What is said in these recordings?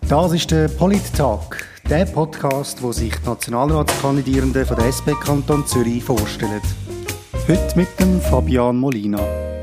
Das ist der Polit-Talk, der Podcast, wo sich die Nationalratskandidierenden von der SP Kanton Zürich vorstellen. Heute mit dem Fabian Molina.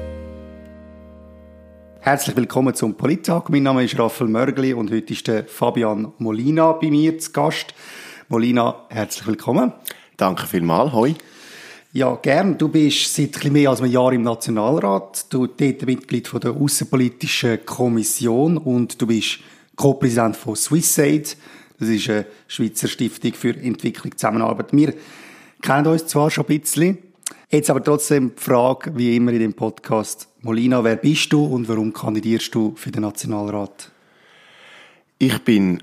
Herzlich willkommen zum Polit-Talk. Mein Name ist Raphael Mörgli und heute ist der Fabian Molina bei mir zu Gast. Molina, herzlich willkommen. Danke vielmals, hoi. Ja, gern. Du bist seit etwas mehr als einem Jahr im Nationalrat. Du bist Mitglied von der Aussenpolitischen Kommission und du bist Co-Präsident von SwissAid. Das ist eine Schweizer Stiftung für Entwicklung und Zusammenarbeit. Wir kennen uns zwar schon ein bisschen, jetzt aber trotzdem die Frage, wie immer in dem Podcast: Molina, wer bist du und warum kandidierst du für den Nationalrat? Ich bin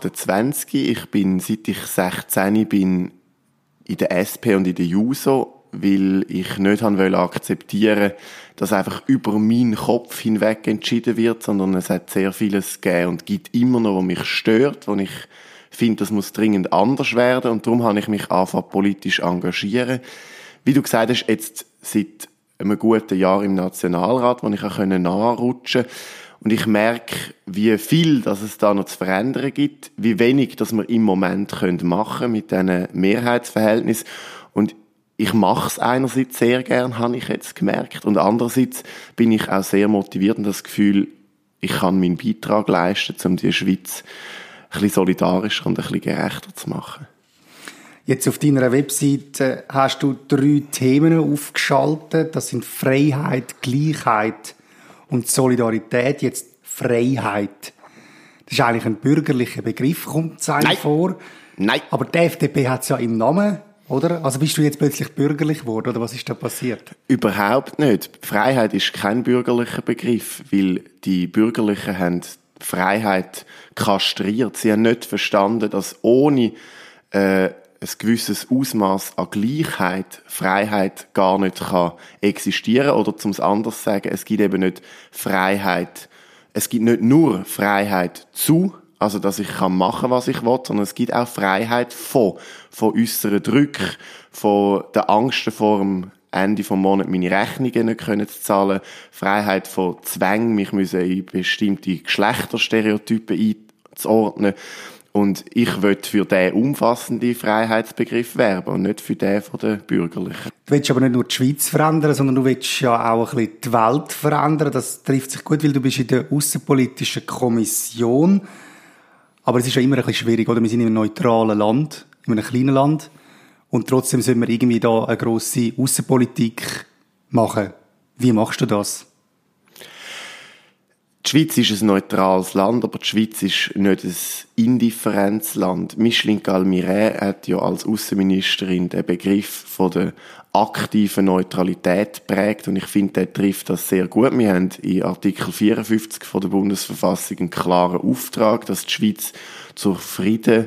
28, ich bin seit ich 16 bin in der SP und in der JUSO, weil ich nicht akzeptieren wollte, dass einfach über meinen Kopf hinweg entschieden wird, sondern es hat sehr vieles gegeben und gibt immer noch, was mich stört, wo ich finde, das muss dringend anders werden, und darum habe ich mich angefangen, politisch engagieren. Wie du gesagt hast, jetzt seit einem guten Jahr im Nationalrat, wo ich auch nachrutschen konnte. Und ich merke, wie viel dass es da noch zu verändern gibt, wie wenig dass wir im Moment machen können mit diesen Mehrheitsverhältnissen. Und ich mache es einerseits sehr gern, habe ich jetzt gemerkt, und andererseits bin ich auch sehr motiviert und das Gefühl, ich kann meinen Beitrag leisten, um die Schweiz ein bisschen solidarischer und ein bisschen gerechter zu machen. Jetzt auf deiner Webseite hast du 3 Themen aufgeschaltet. Das sind Freiheit, Gleichheit und Solidarität. Jetzt Freiheit. Das ist eigentlich ein bürgerlicher Begriff, kommt es einem vor. Nein. Aber die FDP hat es ja im Namen, oder? Also bist du jetzt plötzlich bürgerlich geworden, oder was ist da passiert? Überhaupt nicht. Freiheit ist kein bürgerlicher Begriff, weil die Bürgerlichen haben Freiheit kastriert. Sie haben nicht verstanden, dass ohne ein gewisses Ausmaß an Gleichheit Freiheit gar nicht existieren kann. Oder zum es anders zu sagen, es gibt eben nicht Freiheit. Es gibt nicht nur Freiheit zu, also dass ich machen kann, was ich will, sondern es gibt auch Freiheit von äusseren Drücken, von der Angst vor dem Ende vom Monat meine Rechnungen nicht zu zahlen, Freiheit von Zwängen, mich in bestimmte Geschlechterstereotypen einzuordnen. Und ich will für diesen umfassenden Freiheitsbegriff werben und nicht für den von den Bürgerlichen. Du willst aber nicht nur die Schweiz verändern, sondern du willst ja auch ein bisschen die Welt verändern. Das trifft sich gut, weil du bist in der Aussenpolitischen Kommission. Aber es ist ja immer ein bisschen schwierig, oder? Wir sind in einem neutralen Land, in einem kleinen Land. Und trotzdem sollen wir irgendwie da eine grosse Aussenpolitik machen. Wie machst du das? Die Schweiz ist ein neutrales Land, aber die Schweiz ist nicht ein indifferentes Land. Micheline Galmiret hat ja als Aussenministerin den Begriff von der aktiven Neutralität geprägt, und ich finde, der trifft das sehr gut. Wir haben in Artikel 54 von der Bundesverfassung einen klaren Auftrag, dass die Schweiz zum Frieden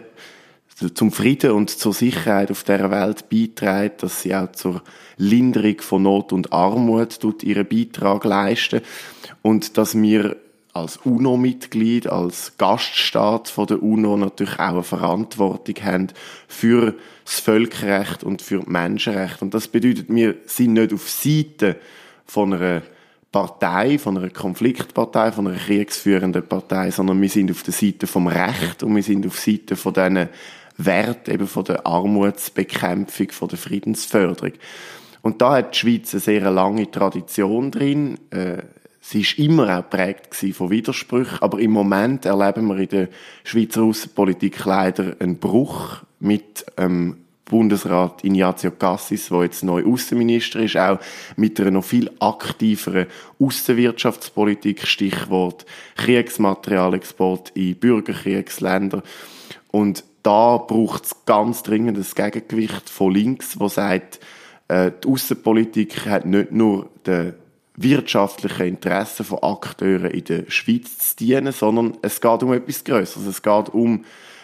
und zur Sicherheit auf dieser Welt beiträgt, dass sie auch zur Linderung von Not und Armut ihren Beitrag leisten, und dass wir als UNO-Mitglied, als Gaststaat von der UNO natürlich auch eine Verantwortung haben für das Völkerrecht und für die Menschenrechte. Und das bedeutet, wir sind nicht auf Seite von einer Partei, von einer Konfliktpartei, von einer kriegsführenden Partei, sondern wir sind auf der Seite vom Recht und wir sind auf der Seite von diesen Werten, eben von der Armutsbekämpfung, von der Friedensförderung. Und da hat die Schweiz eine sehr lange Tradition drin. Sie war immer auch geprägt von Widersprüchen, aber im Moment erleben wir in der Schweizer Aussenpolitik leider einen Bruch mit Bundesrat Ignazio Cassis, der jetzt neu Aussenminister ist, auch mit einer noch viel aktiveren Aussenwirtschaftspolitik, Stichwort Kriegsmaterialexport in Bürgerkriegsländer. Und da braucht es ganz dringend ein Gegengewicht von links, das sagt, die Aussenpolitik hat nicht nur den wirtschaftlichen Interessen von Akteuren in der Schweiz zu dienen, sondern es geht um etwas Grösseres. Es geht um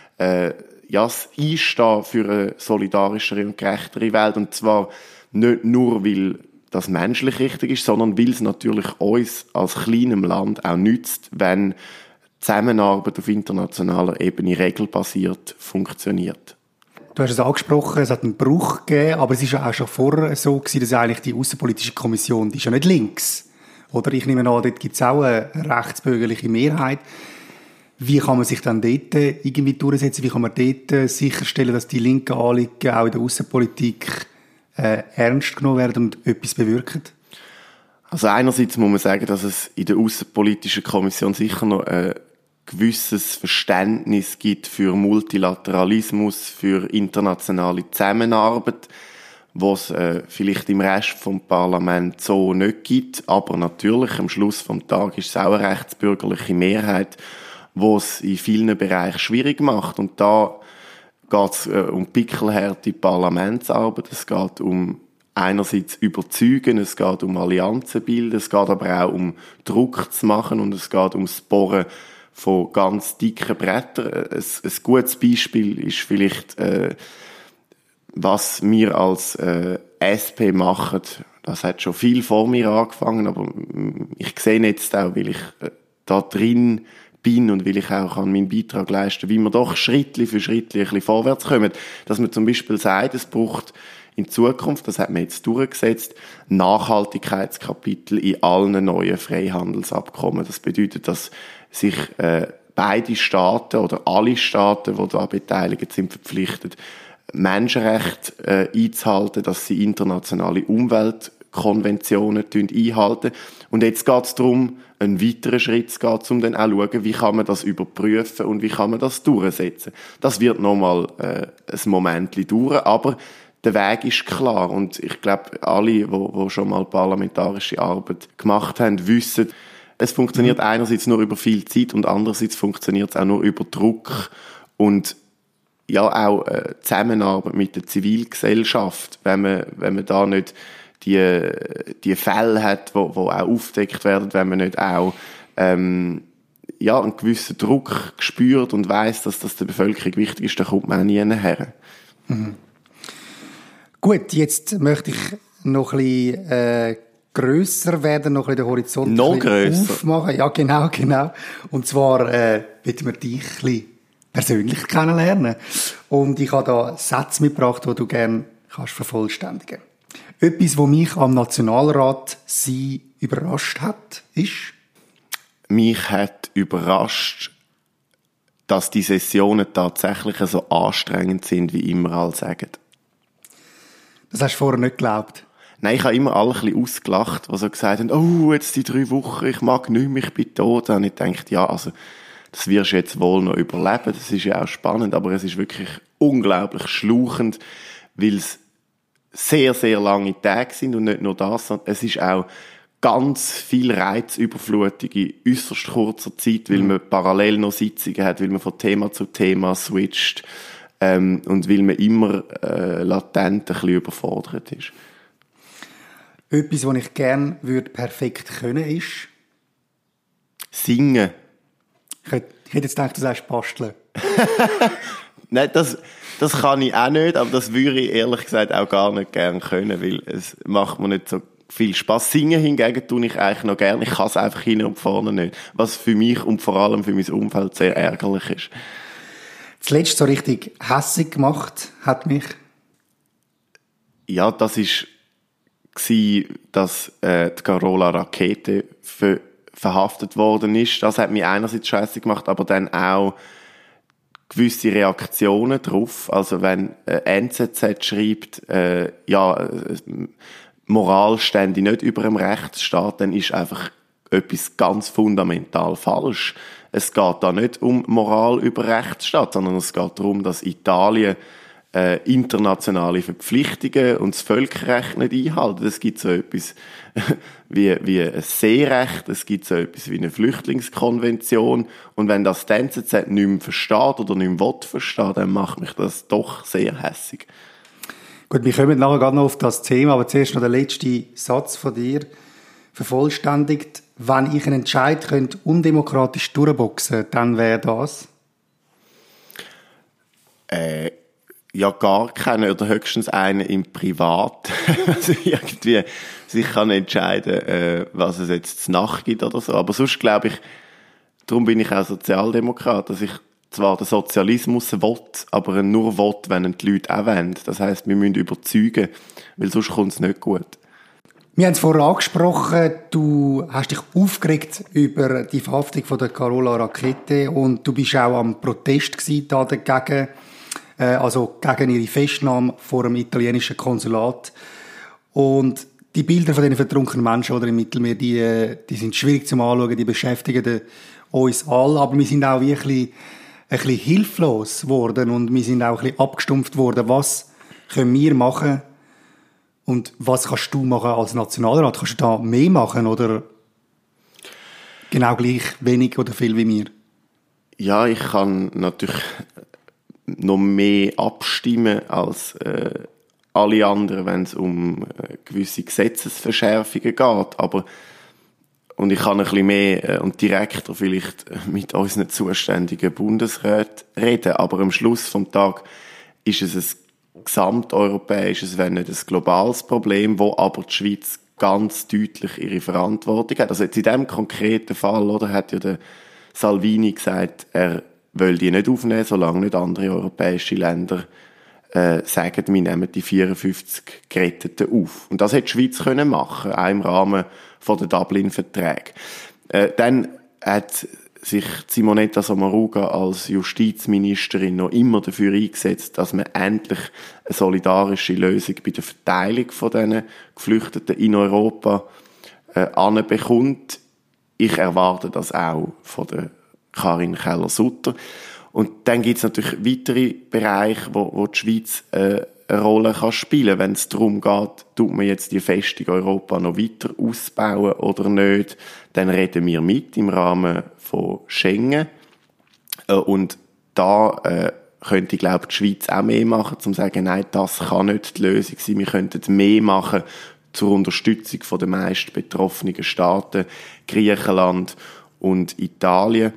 das Einstehen für eine solidarischere und gerechtere Welt. Und zwar nicht nur, weil das menschlich richtig ist, sondern weil es natürlich uns als kleinem Land auch nützt, wenn Zusammenarbeit auf internationaler Ebene regelbasiert funktioniert. Du hast es angesprochen, es hat einen Bruch gegeben, aber es ist ja auch schon vorher so gewesen, dass eigentlich die Aussenpolitische Kommission, die ist ja nicht links. Oder ich nehme an, dort gibt es auch eine rechtsbürgerliche Mehrheit. Wie kann man sich dann dort irgendwie durchsetzen? Wie kann man dort sicherstellen, dass die linken Anliegen auch in der Außenpolitik ernst genommen werden und etwas bewirken? Also einerseits muss man sagen, dass es in der Außenpolitischen Kommission sicher noch ein gewisses Verständnis gibt für Multilateralismus, für internationale Zusammenarbeit, was vielleicht im Rest vom Parlament so nicht gibt. Aber natürlich, am Schluss vom Tag ist es auch eine rechtsbürgerliche Mehrheit, wo es in vielen Bereichen schwierig macht. Und da geht es um pickelharte Parlamentsarbeit, es geht um einerseits überzeugen, es geht um Allianzen bilden, es geht aber auch um Druck zu machen und es geht ums Bohren von ganz dicken Brettern. Ein gutes Beispiel ist vielleicht, was wir als SP machen. Das hat schon viel vor mir angefangen, aber ich sehe jetzt auch, weil ich da drin bin und weil ich auch meinen Beitrag leisten kann, wie wir doch Schritt für Schritt ein bisschen vorwärts kommen. Dass man zum Beispiel sagt, es braucht in Zukunft, das hat man jetzt durchgesetzt, Nachhaltigkeitskapitel in allen neuen Freihandelsabkommen. Das bedeutet, dass sich beide Staaten oder alle Staaten, die da beteiligt sind, verpflichtet, Menschenrechte einzuhalten, dass sie internationale Umweltkonventionen einhalten. Und jetzt geht es darum, einen weiteren Schritt zu gehen, um dann auch zu schauen, wie kann man das überprüfen und wie kann man das durchsetzen. Das wird nochmal ein Momentchen dauern, aber der Weg ist klar. Und ich glaube, alle, die schon mal parlamentarische Arbeit gemacht haben, wissen, es funktioniert einerseits nur über viel Zeit und andererseits funktioniert es auch nur über Druck und ja auch Zusammenarbeit mit der Zivilgesellschaft, wenn man da nicht die Fälle hat, wo auch aufgedeckt werden, wenn man nicht auch einen gewissen Druck spürt und weiss, dass das der Bevölkerung wichtig ist, dann kommt man auch nie her. Mhm. Gut, jetzt möchte ich noch ein bisschen grösser werden, noch ein bisschen den Horizont noch grösser aufmachen. Ja, genau. Und zwar wollen wir dich ein bisschen persönlich kennenlernen. Und ich habe da Sätze mitgebracht, die du gerne vervollständigen kannst. Etwas, was mich am Nationalrat überrascht hat, ist? Mich hat überrascht, dass die Sessionen tatsächlich so anstrengend sind, wie immer alle sagen. Das hast du vorher nicht geglaubt? Nein, ich habe immer alle ein bisschen ausgelacht, die so gesagt haben, oh, jetzt die 3 Wochen, ich mag nicht mehr, ich bin tot. Und ich dachte, ja, also, das wirst du jetzt wohl noch überleben, das ist ja auch spannend, aber es ist wirklich unglaublich schlauchend, weil es sehr, sehr lange Tage sind und nicht nur das, sondern es ist auch ganz viel Reizüberflutung in äusserst kurzer Zeit, weil man parallel noch Sitzungen hat, weil man von Thema zu Thema switcht und weil man immer latent ein bisschen überfordert ist. Etwas, was ich gerne perfekt können, ist? Singen. Ich hätte jetzt gedacht, du sagst basteln. Nein, das kann ich auch nicht, aber das würde ich ehrlich gesagt auch gar nicht gerne können, weil es macht mir nicht so viel Spaß. Singen hingegen tue ich eigentlich noch gerne. Ich kann es einfach hin und vorne nicht. Was für mich und vor allem für mein Umfeld sehr ärgerlich ist. Zuletzt so richtig hässig gemacht hat mich? Ja, das war, dass die Carola Rackete verhaftet worden ist. Das hat mich einerseits scheisse gemacht, aber dann auch gewisse Reaktionen drauf. Also wenn NZZ schreibt, Moral stände nicht über dem Rechtsstaat, dann ist einfach etwas ganz fundamental falsch. Es geht da nicht um Moral über Rechtsstaat, sondern es geht darum, dass Italien internationale Verpflichtungen und das Völkerrecht nicht einhalten. Es gibt so etwas wie ein Seerecht, es gibt so etwas wie eine Flüchtlingskonvention und wenn das die NZZ nicht mehr versteht oder nicht mehr verstehen, dann macht mich das doch sehr hässig. Gut, wir kommen nachher gerade noch auf das Thema, aber zuerst noch der letzte Satz von dir vervollständigt. Wenn ich einen Entscheid könnte undemokratisch durchboxen, dann wäre das? Ja, gar keinen oder höchstens einen im Privat. Also irgendwie sich kann entscheiden, was es jetzt zur Nacht gibt oder so. Aber sonst glaube ich, darum bin ich auch Sozialdemokrat, dass ich zwar den Sozialismus will, aber nur will, wenn die Leute auch wollen. Das heisst, wir müssen überzeugen, weil sonst kommt es nicht gut. Wir haben es vorher angesprochen, du hast dich aufgeregt über die Verhaftung von der Carola Rackete und du bist auch am Protest gewesen, da dagegen, also gegen ihre Festnahme vor dem italienischen Konsulat. Und die Bilder von diesen vertrunkenen Menschen oder im Mittelmeer, die sind schwierig zum Anschauen, die beschäftigen uns alle, aber wir sind auch wirklich ein bisschen hilflos geworden und wir sind auch ein bisschen abgestumpft worden. Was können wir machen? Und was kannst du machen als Nationalrat? Kannst du da mehr machen oder genau gleich wenig oder viel wie wir? Ja, ich kann natürlich noch mehr abstimmen als alle anderen, wenn es um gewisse Gesetzesverschärfungen geht. Und ich kann ein bisschen mehr und direkter vielleicht mit unseren zuständigen Bundesräten reden. Aber am Schluss vom Tag ist es ein gesamteuropäisches, wenn nicht ein globales Problem, wo aber die Schweiz ganz deutlich ihre Verantwortung hat. Also jetzt in diesem konkreten Fall, oder, hat ja der Salvini gesagt, er will die nicht aufnehmen, solange nicht andere europäische Länder sagen, wir nehmen die 54 Geretteten auf. Und das hätte die Schweiz können machen, auch im Rahmen von der Dublin-Verträge. Dann hat sich Simonetta Sommaruga als Justizministerin noch immer dafür eingesetzt, dass man endlich eine solidarische Lösung bei der Verteilung von diesen Geflüchteten in Europa anbekommt. Ich erwarte das auch von der Karin Keller-Sutter. Und dann gibt es natürlich weitere Bereiche, wo die Schweiz eine Rolle kann spielen kann, wenn es darum geht, tut man jetzt die Festung Europa noch weiter ausbauen oder nicht, dann reden wir mit im Rahmen von Schengen. Und da könnte, glaube ich, die Schweiz auch mehr machen, um zu sagen, nein, das kann nicht die Lösung sein. Wir könnten mehr machen zur Unterstützung der meist betroffenen Staaten, Griechenland und Italien.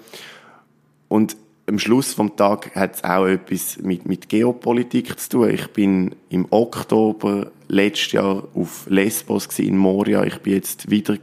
Und am Schluss vom Tag hat es auch etwas mit Geopolitik zu tun. Ich bin im Oktober letztes Jahr auf Lesbos in Moria. Ich bin jetzt wieder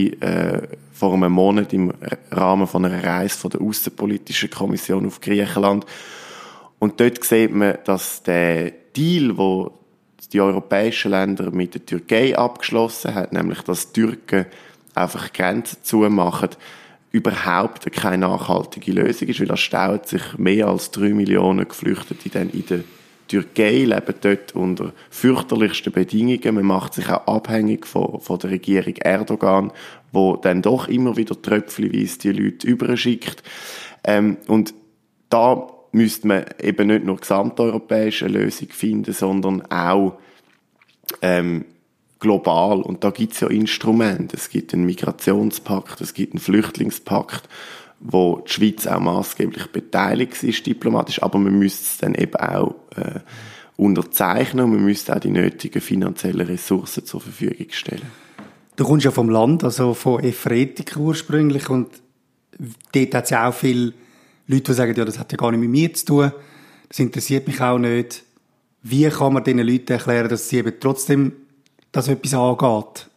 vor einem Monat im Rahmen von einer Reise von der Aussenpolitischen Kommission auf Griechenland. Und dort sieht man, dass der Deal, wo die europäischen Länder mit der Türkei abgeschlossen haben, nämlich dass die Türken einfach Grenzen zumachen, überhaupt keine nachhaltige Lösung ist, weil da stauen sich mehr als 3 Millionen Geflüchtete dann in der Türkei, leben dort unter fürchterlichsten Bedingungen. Man macht sich auch abhängig von der Regierung Erdogan, wo dann doch immer wieder tröpfchenweise die Leute überschickt. Und da müsste man eben nicht nur gesamteuropäische Lösung finden, sondern auch global. Und da gibt es ja Instrumente. Es gibt einen Migrationspakt, es gibt einen Flüchtlingspakt, wo die Schweiz auch maßgeblich beteiligt ist, diplomatisch, aber man müsste es dann eben auch unterzeichnen und man müsste auch die nötigen finanziellen Ressourcen zur Verfügung stellen. Du kommst ja vom Land, also von Efretik ursprünglich, und dort hat es ja auch viele Leute, die sagen, ja, das hat ja gar nicht mit mir zu tun, das interessiert mich auch nicht. Wie kann man diesen Leuten erklären, dass sie eben trotzdem dass etwas angeht?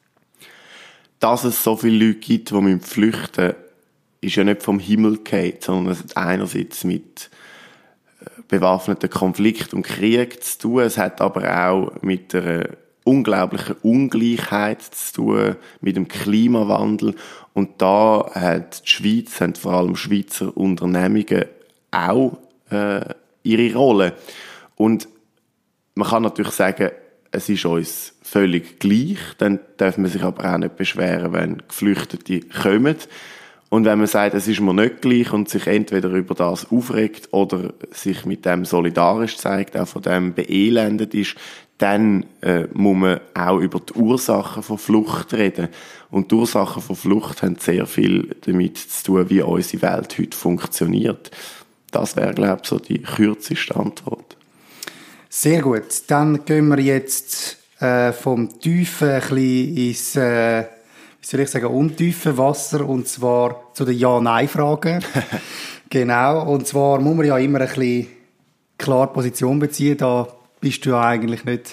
Dass es so viele Leute gibt, die flüchten müssen, ist ja nicht vom Himmel gefallen, sondern es hat einerseits mit bewaffneten Konflikt und Krieg zu tun, es hat aber auch mit einer unglaublichen Ungleichheit zu tun, mit dem Klimawandel, und da hat die Schweiz, haben vor allem Schweizer Unternehmungen auch ihre Rolle. Und man kann natürlich sagen, es ist uns völlig gleich, dann darf man sich aber auch nicht beschweren, wenn Geflüchtete kommen. Und wenn man sagt, es ist mir nicht gleich und sich entweder über das aufregt oder sich mit dem solidarisch zeigt, auch von dem beelendet ist, dann muss man auch über die Ursachen von Flucht reden. Und die Ursachen von Flucht haben sehr viel damit zu tun, wie unsere Welt heute funktioniert. Das wäre, glaube ich, so die kürzeste Antwort. Sehr gut. Dann gehen wir jetzt vom tiefen ein bisschen ins, wie soll ich sagen, untiefen Wasser, und zwar zu den Ja-Nein-Fragen. Genau. Und zwar muss man ja immer ein bisschen klar Position beziehen. Da bist du ja eigentlich nicht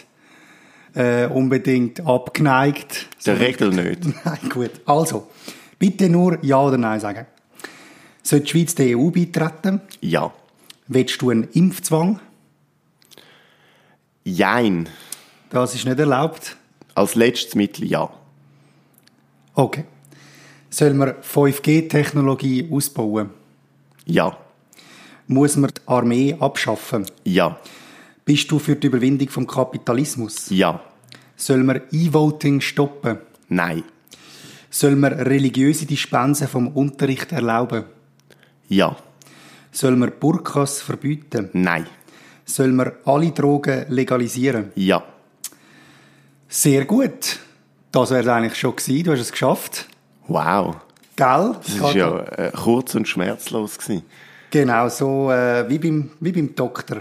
unbedingt abgeneigt. Der Regel nicht. Nein, gut. Also, bitte nur Ja oder Nein sagen. Sollte die Schweiz der EU beitreten? Ja. Willst du einen Impfzwang? Jein. Das ist nicht erlaubt. Als letztes Mittel ja. Okay. Sollen wir 5G-Technologie ausbauen? Ja. Muss man die Armee abschaffen? Ja. Bist du für die Überwindung vom Kapitalismus? Ja. Sollen wir E-Voting stoppen? Nein. Sollen wir religiöse Dispensen vom Unterricht erlauben? Ja. Sollen wir Burkas verbieten? Nein. Sollen wir alle Drogen legalisieren? Ja. Sehr gut. Das wäre es eigentlich schon gewesen. Du hast es geschafft. Wow. Gell? Das war ja kurz und schmerzlos gewesen. Genau, so wie beim Doktor.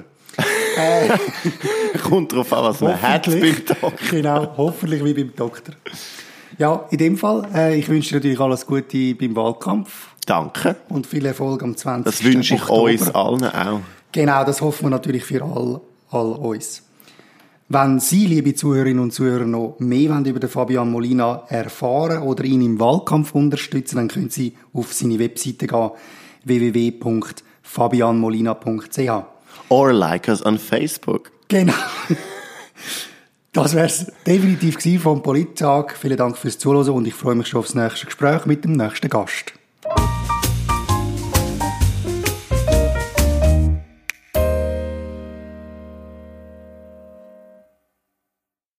Kommt drauf an, was man hat beim Doktor. Genau, hoffentlich wie beim Doktor. Ja, in dem Fall, ich wünsche dir natürlich alles Gute beim Wahlkampf. Danke. Und viel Erfolg am 20. Das wünsche ich Oktober. uns allen auch. Genau, das hoffen wir natürlich für all uns. Wenn Sie, liebe Zuhörerinnen und Zuhörer, noch mehr über den Fabian Molina erfahren oder ihn im Wahlkampf unterstützen, dann können Sie auf seine Webseite gehen, www.fabianmolina.ch. Or like us on Facebook. Genau. Das wäre es definitiv gewesen vom Polittag. Vielen Dank fürs Zuhören und ich freue mich schon aufs nächste Gespräch mit dem nächsten Gast.